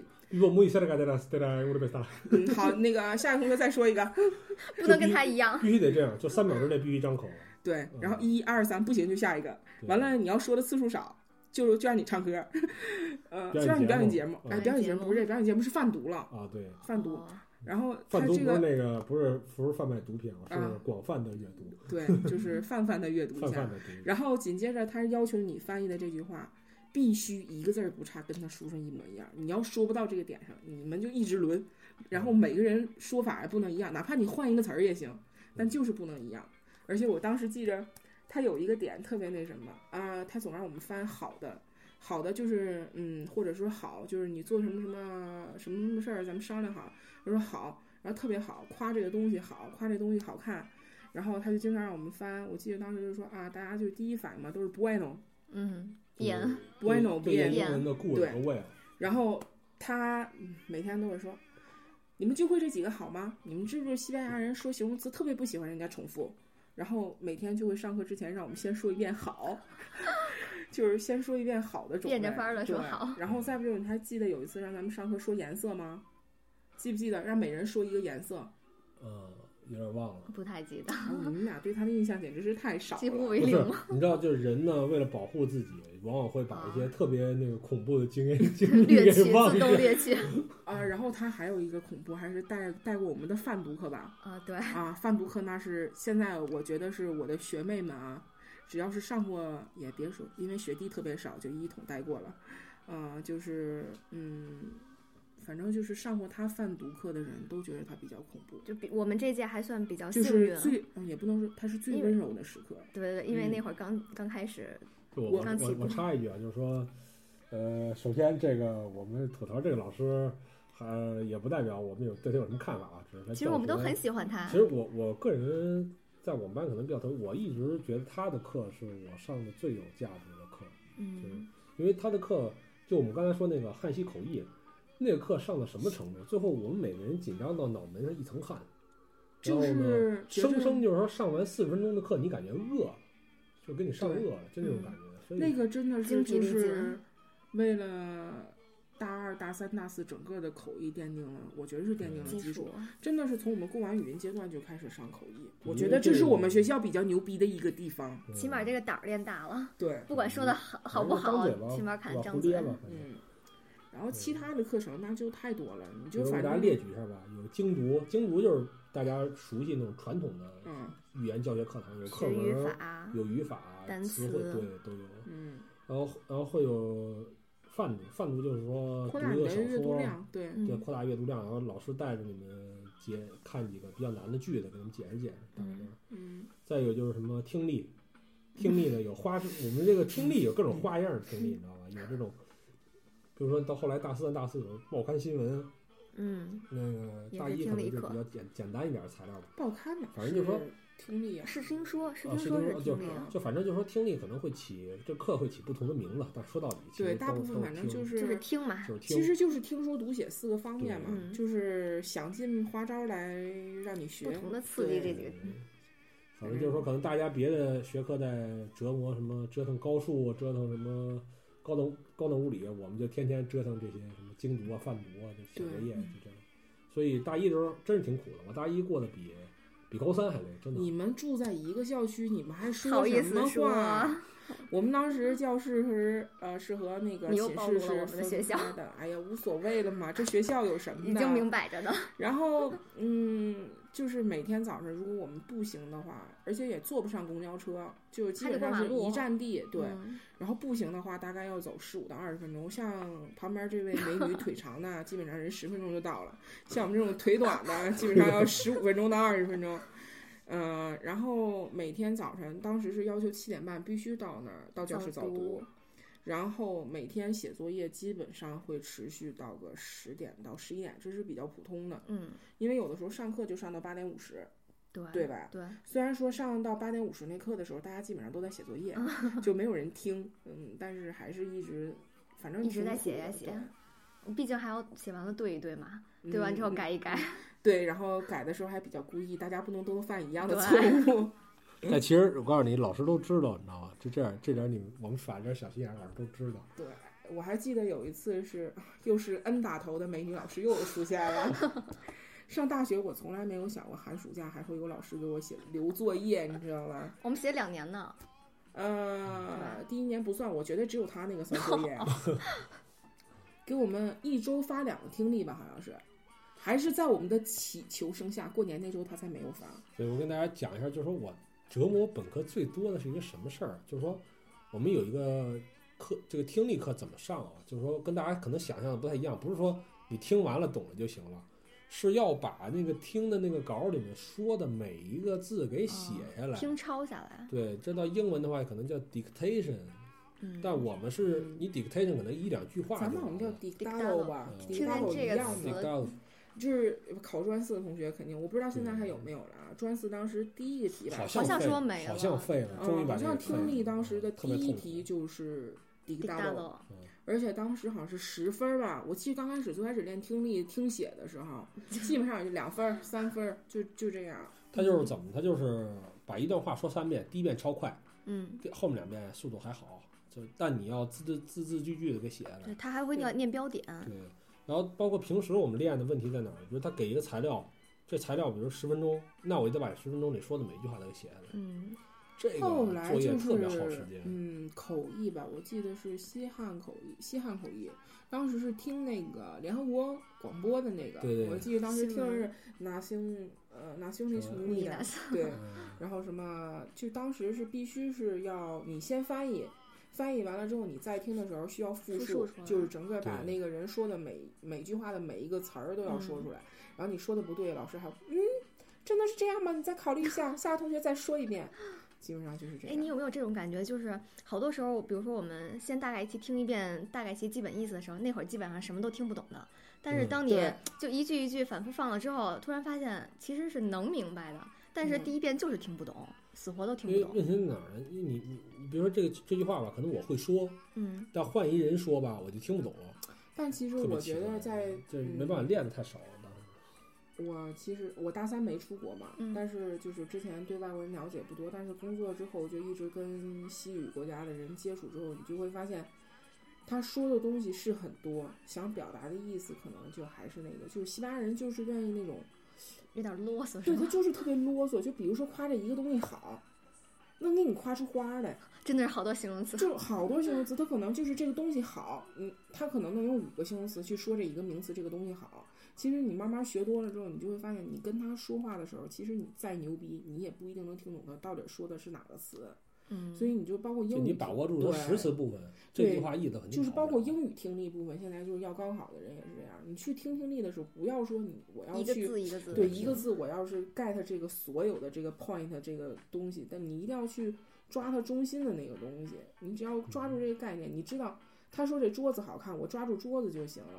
好，那个下一个同学再说一个， 不能跟他一样， 必须得这样，就3秒之内必须张口。 对，然后1、2、3不行就下一个，完了你要说的次数少。就让你唱歌，就让你表演节目。表演节目不是表演节目是贩毒了啊，对， 贩毒。然后贩毒不是那个不是贩卖毒品，是广泛的阅读。 对，就是泛的阅读一下。然后紧接着他要求你翻译的这句话必须一个字不差，跟他书上一模一样。你要说不到这个点上，你们就一直轮，然后每个人说法也不能一样，哪怕你换一个词儿也行，但就是不能一样。而且我当时记着。他有一个点特别那什么啊，他总让我们翻好的就是或者说好就是你做什么事儿，咱们商量好，他说好，然后特别好，夸这个东西好，夸这东西好看，然后他就经常让我们翻。我记得当时就说啊，大家就第一反应嘛都是 bueno， bien bueno bien， 对，然后他每天都会说，你们就会这几个好吗？你们知不知道西班牙人说形容词特别不喜欢人家重复？然后每天就会上课之前让我们先说一遍好，就是先说一遍好的种类， 变着法儿的说好。 然后再不就是你还记得有一次让咱们上课说颜色吗？记不记得让每人说一个颜色？ 有点忘了， 不太记得。 你们俩对他的印象简直是太少了， 几乎为零。 你知道，就是人呢，为了保护自己，往往会把一些特别那个恐怖的经历给忘自动略去。 然后他还有一个恐怖，还是带过我们的贩毒课吧？ 对贩毒课那是现在我觉得是我的学妹们啊，只要是上过，也别说，因为学弟特别少，就一统带过了。就是反正就是上过他贩毒课的人都觉得他比较恐怖， 就比我们这届还算比较幸运， 就是也不能说他是最温柔的时刻。 对，因为那会儿刚开始。 我插一句啊，就是说，首先这个我们吐槽这个老师，也不代表我们对他有什么看法啊，只是其实我们都很喜欢他。 其实我个人在我们班可能比较我一直觉得他的课是我上的最有价值的课，就是因为他的课，就我们刚才说那个汉西口译。那个课上到什么程度？最后我们每个人紧张到脑门上一层汗，然后呢，生生就是说上完40分钟的课，你感觉饿，就给你上饿了，就那种感觉。所以那个真的是就是为了大2、大3、大4整个的口译奠定了，我觉得是奠定了基础。真的是从我们过完语音阶段就开始上口译，我觉得这是我们学校比较牛逼的一个地方。 起码这个胆儿练大了， 对， 不管说的好不好，起码敢张嘴。 然后其他的课程那就太多了，你就反正给大家列举一下吧。有精读就是大家熟悉那种传统的语言教学课堂，有课文，有语法、词汇，对，都有。然后会有泛读就是说读一个小说，对，扩大阅读量。然后老师带着你们看几个比较难的句子，给你们解释解释。再有就是什么听力呢有我们这个听力有各种花样听力，你知道吧？有这种。比如说到后来大3、大4有报刊新闻， 那个大一可能就比较简单一点的材料吧。 报刊嘛， 反正就是说听力啊， 是听说是听听力就反正就是说听力可能会这课会起不同的名字，但说到底对大部分反正就是听嘛， 其实就是听说读写4个方面嘛，就是想尽花招来让你学不同的刺激这几个。 反正就是说，可能大家别的学科在折磨什么，折腾高数，折腾什么高等物理，我们就天天折腾这些什么精读啊、泛读啊，这小作业就这样。所以大一的时候真是挺苦的，我大一过得比高3还累，真的。 你们住在一个校区，你们还说好意什么思话？我们当时教室是和那个寝室是分开的。哎呀，无所谓了嘛，这学校有什么的？ 已经明摆着的。 然后就是每天早上，如果我们步行的话，而且也坐不上公交车，就基本上是一站地。对，然后步行的话，大概要走15到20分钟。像旁边这位美女腿长的，基本上人10分钟就到了；像我们这种腿短的，基本上要15分钟到20分钟。然后每天早晨，当时是要求7点半必须到那儿，到教室早读。然后每天写作业基本上会持续到个10点到11点，这是比较普通的。因为有的时候上课就上到8点50，对吧？ 对。 虽然说上到8点50那课的时候，大家基本上都在写作业，就没有人听。但是还是反正一直在写呀写。毕竟还要写完了对一对嘛，对完之后改一改。 对，然后改的时候还比较故意，大家不能都犯一样的错误。 但其实我告诉你，老师都知道，你知道吗？就这样，这点我们反正小心眼老师都知道。 对，我还记得有一次又是 N 打头的美女老师又出现了。上大学我从来没有想过寒暑假还会有老师给我留作业，你知道吗？ 我们写2年呢。 第1年不算，我觉得只有他那个算作业。给我们1周发2个听力吧，好像是。还是在我们的祈求声下，过年那周他才没有发。 所以我跟大家讲一下，就是说我折磨本科最多的是一个什么事儿？就是说我们有一个课，这个听力课怎么上啊？就是说跟大家可能想象的不太一样，不是说你听完了懂了就行了，是要把那个听的那个稿里面说的每一个字给写下来， 听抄下来。 对，这到英文的话可能叫 dictation。但我们是你 dictation 可能1-2句话， 咱们好像叫 dictado 吧， dictado 一样的。 就是考专4的同学肯定，我不知道现在还有没有了啊。专4当时第1个题吧， 好像说没了， 好像废了，终于把好像听力当时的第1题就是 dictado，而且当时好像是10分吧。我记得最开始练听力听写的时候，基本上就2分、3分，就这样。 他就是怎么？他就是把一段话说3遍，第1遍超快，后面2遍速度还好，但你要字句句的给写下来。 对，他还会念标点。 对。然后包括平时我们练的问题在哪儿？比如他给一个材料，这材料比如10分钟，那我就得把10分钟里说的每句话都给写下来。这个作业特别耗时间。 口译吧，我记得是西汉口译，当时是听那个联合国广播的那个， 对， 我记得当时听的是拿兄那兄弟的，对，然后什么就当时是必须是要你先翻译完了之后，你再听的时候需要复述，就是整个把那个人说的每句话的每一个词儿都要说出来。然后你说的不对，老师还真的是这样吗？你再考虑一下，下个同学再说一遍。基本上就是这样。 你有没有这种感觉？就是好多时候，比如说我们先大概听一遍大概其基本意思的时候，那会儿基本上什么都听不懂的。但是当你就一句一句反复放了之后，突然发现其实是能明白的，但是第1遍就是听不懂，死活都听不懂。 问题在哪儿呢？你比如说这句话吧，可能我会说，但换一人说吧，我就听不懂了。 但其实我觉得这没办法练的太少了。 我大3没出国嘛，但是就是之前对外国人了解不多，但是工作之后就一直跟西语国家的人接触之后，你就会发现他说的东西是很多，想表达的意思可能就还是那个，就是西班牙人就是愿意那种有点啰嗦， 对，他就是特别啰嗦。就比如说夸这一个东西好，能给你夸出花来， 真的是好多形容词， 就好多形容词，他可能就是这个东西好，他可能能用5个形容词去说这一个名词，这个东西好。其实你慢慢学多了之后，你就会发现，你跟他说话的时候，其实你再牛逼，你也不一定能听懂他到底说的是哪个词。所以你就包括英语， 你把握住实词部分，这句话意思很就是包括英语听力部分。现在就是要高考的人也是这样，你去听力的时候，不要说我要去一个字对一个字，我要是 get 这个所有的这个 point 这个东西，但你一定要去抓它中心的那个东西。你只要抓住这个概念，你知道他说这桌子好看，我抓住桌子就行了。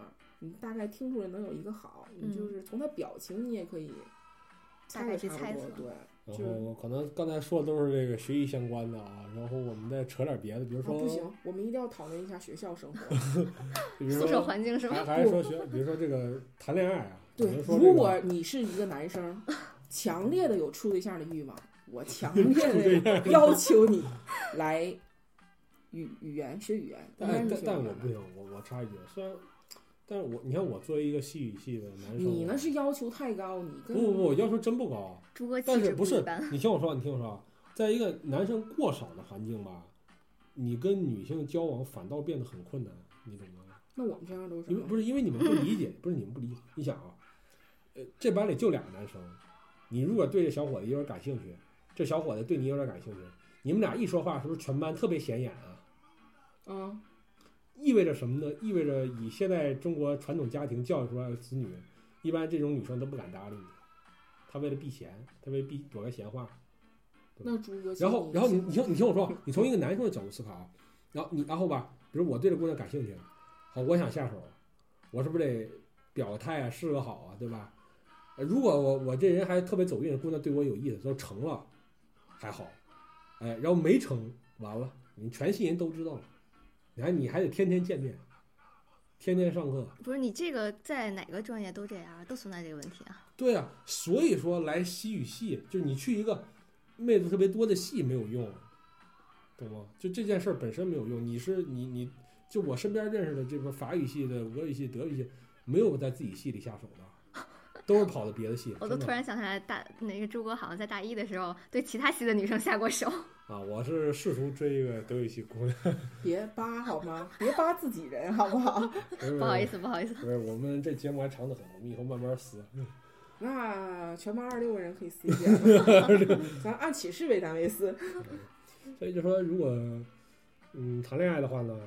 你大概听出来能有一个好，你就是从他表情你也可以大概去猜测。 对。 然后可能刚才说的都是这个学习相关的啊，然后我们再扯点别的，比如说、 不行，我们一定要讨论一下学校生活， 比如说宿舍环境是吧？ 还是说比如说这个谈恋爱啊， 对，如果你是一个男生，强烈的有处对象的欲望，我强烈的要求你来语言学语言。 但我不行，我插一句，虽然。但是你看我作为一个戏语系的男生， 你那是要求太高，你不，要求真不高。 朱哥但是不是？你听我说啊，在一个男生过少的环境吧，你跟女性交往反倒变得很困难，你懂吗？ 那我们这样都是因为你们不理解，不是你们不理解。你想啊，这班里就俩男生，你如果对这小伙子有点感兴趣，这小伙子对你有点感兴趣，你们俩一说话，是不是全班特别显眼啊？意味着什么呢？意味着以现在中国传统家庭教育出来的子女，一般这种女生都不敢搭理你，她为了避嫌，她为了躲开闲话。 那朱哥， 然后你听我说，你从一个男生的角度思考，然后吧，比如我对这姑娘感兴趣，好，我想下手，我是不是得表个态啊，示个好啊，对吧？如果我这人还特别走运，姑娘对我有意思，都成了还好，然后没成，完了，你全系人都知道了。你还得天天见面，天天上课。 不是你这个在哪个专业都这样，都存在这个问题啊。 对啊，所以说来西语系，就是你去一个妹子特别多的系没有用，懂吗？就这件事本身没有用。你就我身边认识的这个法语系的、俄语系、德语系，没有在自己系里下手的，都是跑到别的系。 我都突然想起来，那个朱哥好像在大一的时候对其他系的女生下过手。 啊，我是试图追一个德语系姑娘， 别扒好吗？别扒自己人好不好？ 不好意思。 不是，我们这节目还长得很，我们以后慢慢撕。 那全班26个人可以撕一遍，咱按寝室为单位撕。 所以就说，如果谈恋爱的话呢，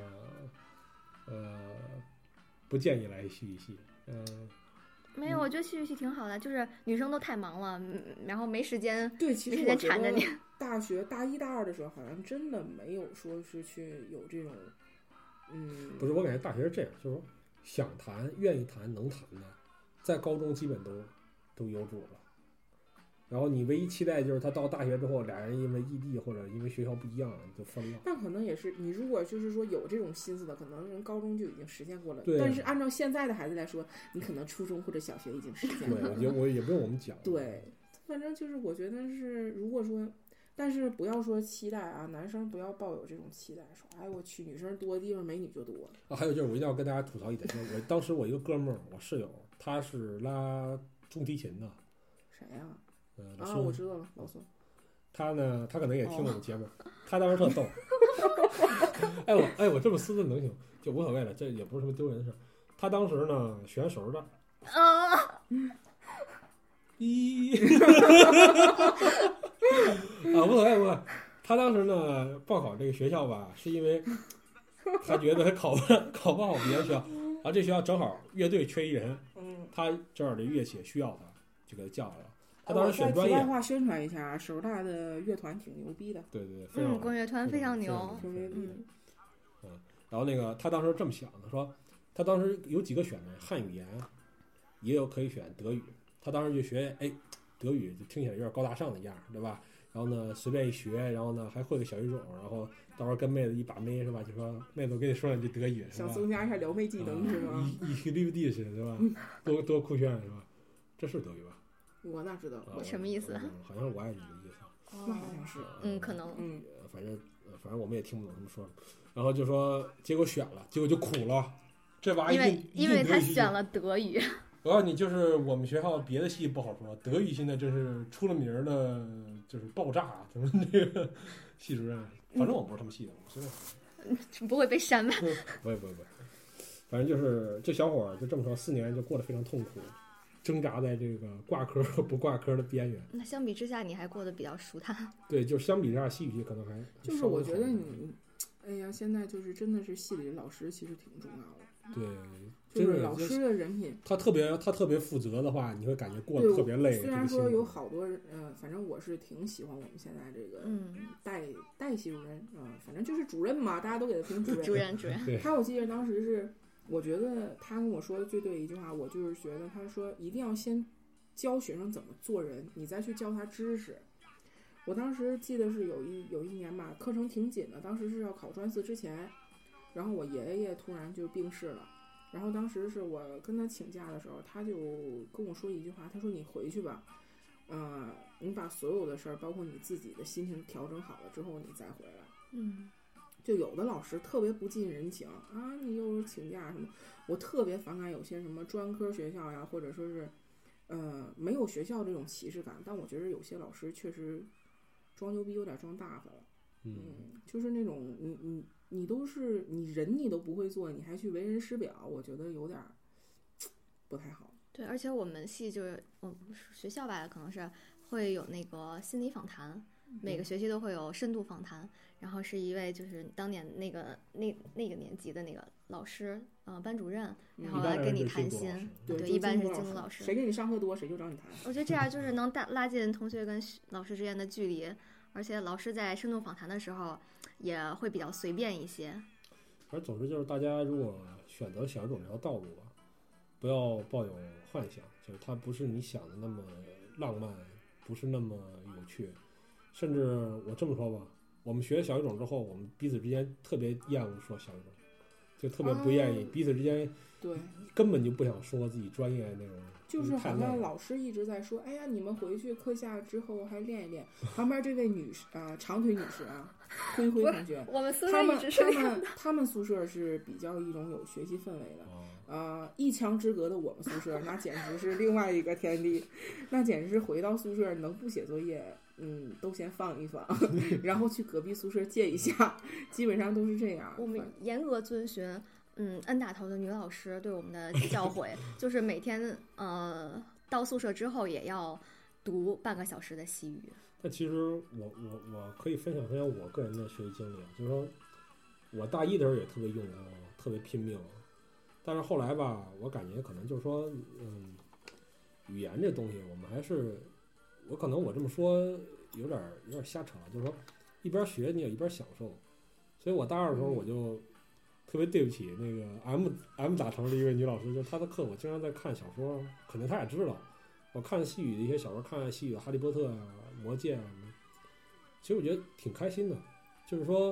不建议来戏剧系。 没有，我觉得戏剧系挺好的，就是女生都太忙了，然后没时间， 对，其实没时间缠着你。 大学大一大二的时候，好像真的没有说是去有这种， 不是，我感觉大学是这样，就是说想谈、愿意谈、能谈的，在高中基本都有主了。然后你唯一期待就是他到大学之后，俩人因为异地或者因为学校不一样就分了。 但可能也是你如果就是说有这种心思的，可能人高中就已经实现过了。 对。 但是按照现在的孩子来说，你可能初中或者小学已经实现了。 对，我也不用我们讲。 对，反正就是我觉得是，如果说。但是不要说期待啊，男生不要抱有这种期待，说哎我去，女生多的地方美女就多。 还有就是我一定要跟大家吐槽一点，就是我当时我一个哥们儿，我室友，他是拉中提琴的。 谁呀？我知道了，老孙。 他呢，他可能也听我们节目，他当时特逗。我这么私自能行，就无所谓了，这也不是什么丢人的事。他当时呢选手的。无所谓。他当时呢报考这个学校吧，是因为他觉得他考不好别的学校，然后这学校正好乐队缺一人，他正好这乐器也需要他，就给他叫来了。他当时选专业。 题外话宣传一下，首大的乐团挺牛逼的。 对，非常好。 管乐团非常牛。 然后那个他当时这么想的，说他当时有几个选择，汉语言也有可以选德语，他当时就学德语，就听起来有点高大上的样，对吧？然后呢，随便一学，然后呢还会个小语种，然后到时候跟妹子一把妹是吧？就说妹子，我跟你说两句德语， 想增加一下撩妹技能是吗 ？Ich liebe dich是吧？多酷炫是吧？这是德语吧？ 我哪知道？ 什么意思？ 好像是我爱你的意思。 那好像是。 可能。 反正我们也听不懂他们说什么。然后就说，结果选了，结果就苦了。这玩意儿因为他选了德语。 我告诉你，就是我们学校别的系不好说，德语现在真是出了名的，就是爆炸。咱们这个系主任，反正我不是他们系的，我随便。 不会被删吧？ 不会。反正就是这小伙就这么说，4年就过得非常痛苦，挣扎在这个挂科和不挂科的边缘。 那相比之下，你还过得比较舒坦。 对，就相比之下，西语系可能还就是我觉得你，哎呀，现在就是真的是系里老师其实挺重要的。 对， 就是老师的人品， 他特别负责的话，你会感觉过得特别累。 虽然说有好多人，反正我是挺喜欢我们现在这个代系主任，反正就是主任嘛，大家都给他评主任。 主任。 他我记得当时是我觉得他跟我说的最对的一句话，我就是觉得他说一定要先教学生怎么做人，你再去教他知识。我当时记得是有一年吧，课程挺紧的，当时是要考专4之前，然后我爷爷突然就病逝了，然后当时是我跟他请假的时候，他就跟我说一句话，他说你回去吧，你把所有的事儿，包括你自己的心情调整好了之后，你再回来。就有的老师特别不近人情啊，你又是请假什么，我特别反感有些什么专科学校呀，或者说是没有学校这种歧视感，但我觉得有些老师确实装牛逼有点装大发了。就是那种你都是你人你都不会做，你还去为人师表，我觉得有点不太好。 对，而且我们系就是学校吧，可能是会有那个心理访谈，每个学期都会有深度访谈，然后是一位就是当年那个年级的那个老师，班主任，然后来跟你谈心。对，一般是精读老师。 谁跟你上课多，谁就找你谈。 我觉得这样就是能拉近同学跟老师之间的距离，而且老师在深度访谈的时候也会比较随便一些。 而总之就是大家如果选择小语种这条道路吧，不要抱有幻想，就是它不是你想的那么浪漫，不是那么有趣。甚至我这么说吧，我们学小语种之后，我们彼此之间特别厌恶说小语种，就特别不愿意彼此之间， 对， 根本就不想说自己专业那种。 就是好像老师一直在说，哎呀，你们回去课下之后还练一练。旁边这位女士长腿女士啊，灰同学， 我们宿舍一直是他们宿舍是比较一种有学习氛围的。一墙之隔的我们宿舍，那简直是另外一个天地，那简直是回到宿舍能不写作业，都先放一放，然后去隔壁宿舍借一下，基本上都是这样。 我们严格遵循N 打头的女老师对我们的教诲，就是每天到宿舍之后也要读半个小时的西语。 但其实我可以分享我个人的学习经历，就是说我大一的时候也特别用功，特别拼命。但是后来吧，我感觉可能就是说，语言这东西，我们还是，我可能我这么说有点瞎扯，就是说一边学你也一边享受。所以我大二的时候我就特别对不起那个 M 打头的一位女老师，就她的课我经常在看小说，肯定她也知道，我看西语的一些小说，看西语的《哈利波特》啊、《魔戒》啊，其实我觉得挺开心的，就是说，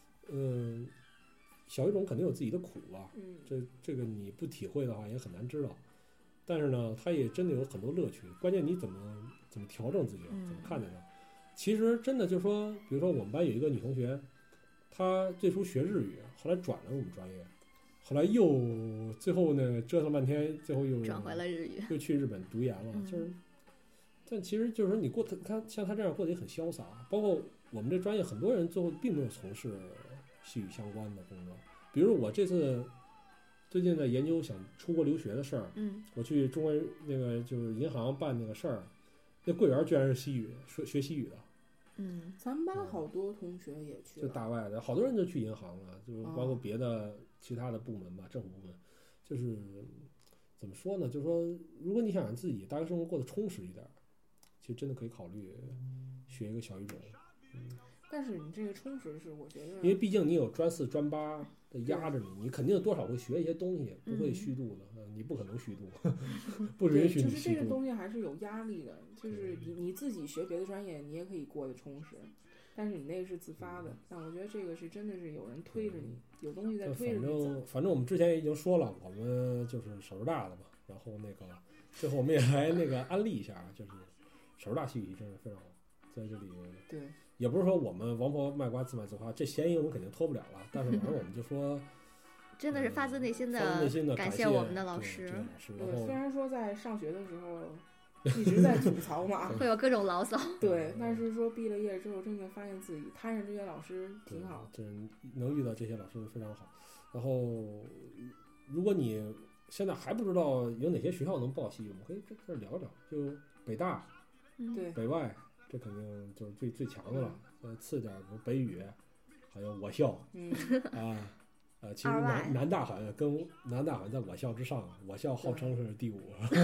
小语种肯定有自己的苦吧，这个你不体会的话也很难知道。但是呢，它也真的有很多乐趣，关键你怎么调整自己，怎么看待它。其实真的就是说，比如说我们班有一个女同学，她最初学日语，后来转了我们专业，后来又最后呢折腾半天，最后又转回了日语， 又去日本读研了。就是，但其实就是说你她像她这样过得也很潇洒。包括我们这专业很多人最后并没有从事西语相关的工作，比如我这次最近在研究想出国留学的事儿，我去中国那个就是银行办那个事儿，那柜员居然是西语，学西语的。 咱们班好多同学也去了， 就大外的好多人就去银行了，就包括别的其他的部门吧，政府部门。就是怎么说呢？就是说，如果你想让自己大学生活过得充实一点，其实真的可以考虑学一个小语种。 但是你这个充实是我觉得， 因为毕竟你有专4、专8的压着你，你肯定多少会学一些东西，不会虚度的。你不可能虚度，不允许你虚度。 就是这个东西还是有压力的，就是你自己学别的专业，你也可以过得充实，但是你那个是自发的。但我觉得这个是真的是有人推着你，有东西在推着你走。 反正我们之前也已经说了，我们就是首师大的嘛。然后那个最后我们也来那个安利一下，就是首师大西语真是非常好，在这里。 对。 也不是说我们王婆卖瓜自卖自夸，这嫌疑我们肯定脱不了了。但是反正我们就说， 真的是发自内心的感谢我们的老师。 对，虽然说在上学的时候一直在吐槽嘛， 会有各种牢骚。 对，但是说毕了业之后，真的发现自己摊上这些老师挺好。 这能遇到这些老师非常好。然后，如果你现在还不知道有哪些学校能报西语，我们可以在这聊聊。就北大， 对， 北外。这肯定就是最强的了，次点比如北语，还有我校，其实南大好像在我校之上，我校号称是第5，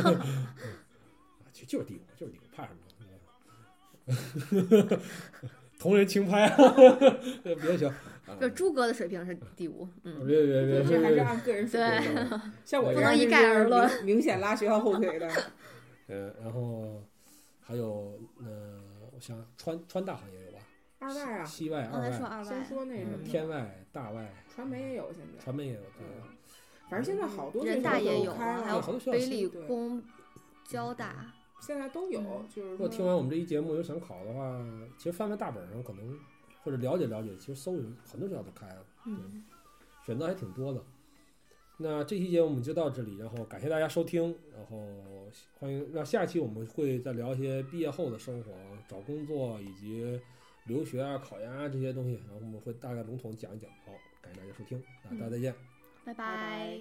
就是第5，怕什么？同人轻拍，别行就朱哥的水平是第5， 别， 这还是按个人水平的。像我这样不能一概而论， 明显拉学校后腿的。 然后还有我想川大行业有吧？ 二外啊， 西外、二外， 先说那什么天外、大外， 传媒也有现在， 传媒也有，对。 反正现在好多人大也有， 还有北理工、交大， 现在都有。就是如果听完我们这一节目有想考的话，其实翻翻大本上可能或者了解了解，其实搜很多学校都开了，对，选择还挺多的。那这期节目我们就到这里，然后感谢大家收听，然后欢迎。那下期我们会再聊一些毕业后的生活、找工作以及留学啊、考研啊这些东西，然后我们会大概笼统讲一讲。好，感谢大家收听，那大家再见， 拜拜。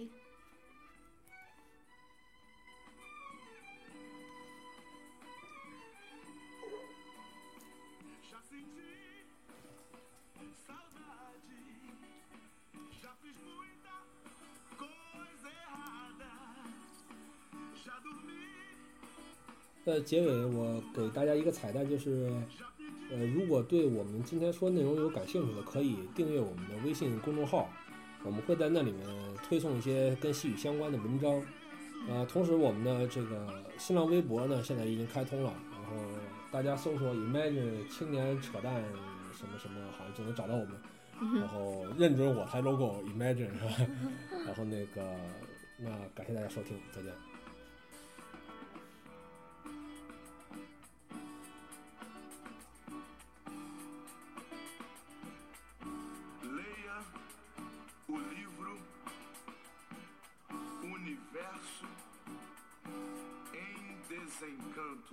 结尾我给大家一个彩蛋，就是如果对我们今天说内容有感兴趣的，可以订阅我们的微信公众号，我们会在那里面推送一些跟西语相关的文章。同时我们的这个新浪微博呢，现在已经开通了，然后大家搜索 Imagine 青年扯淡什么什么，好像就能找到我们。然后认准我台 logo Imagine 是吧？然后那感谢大家收听，再见。 Desencanto.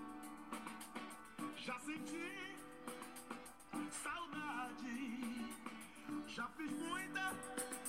Já senti saudade, já fiz muita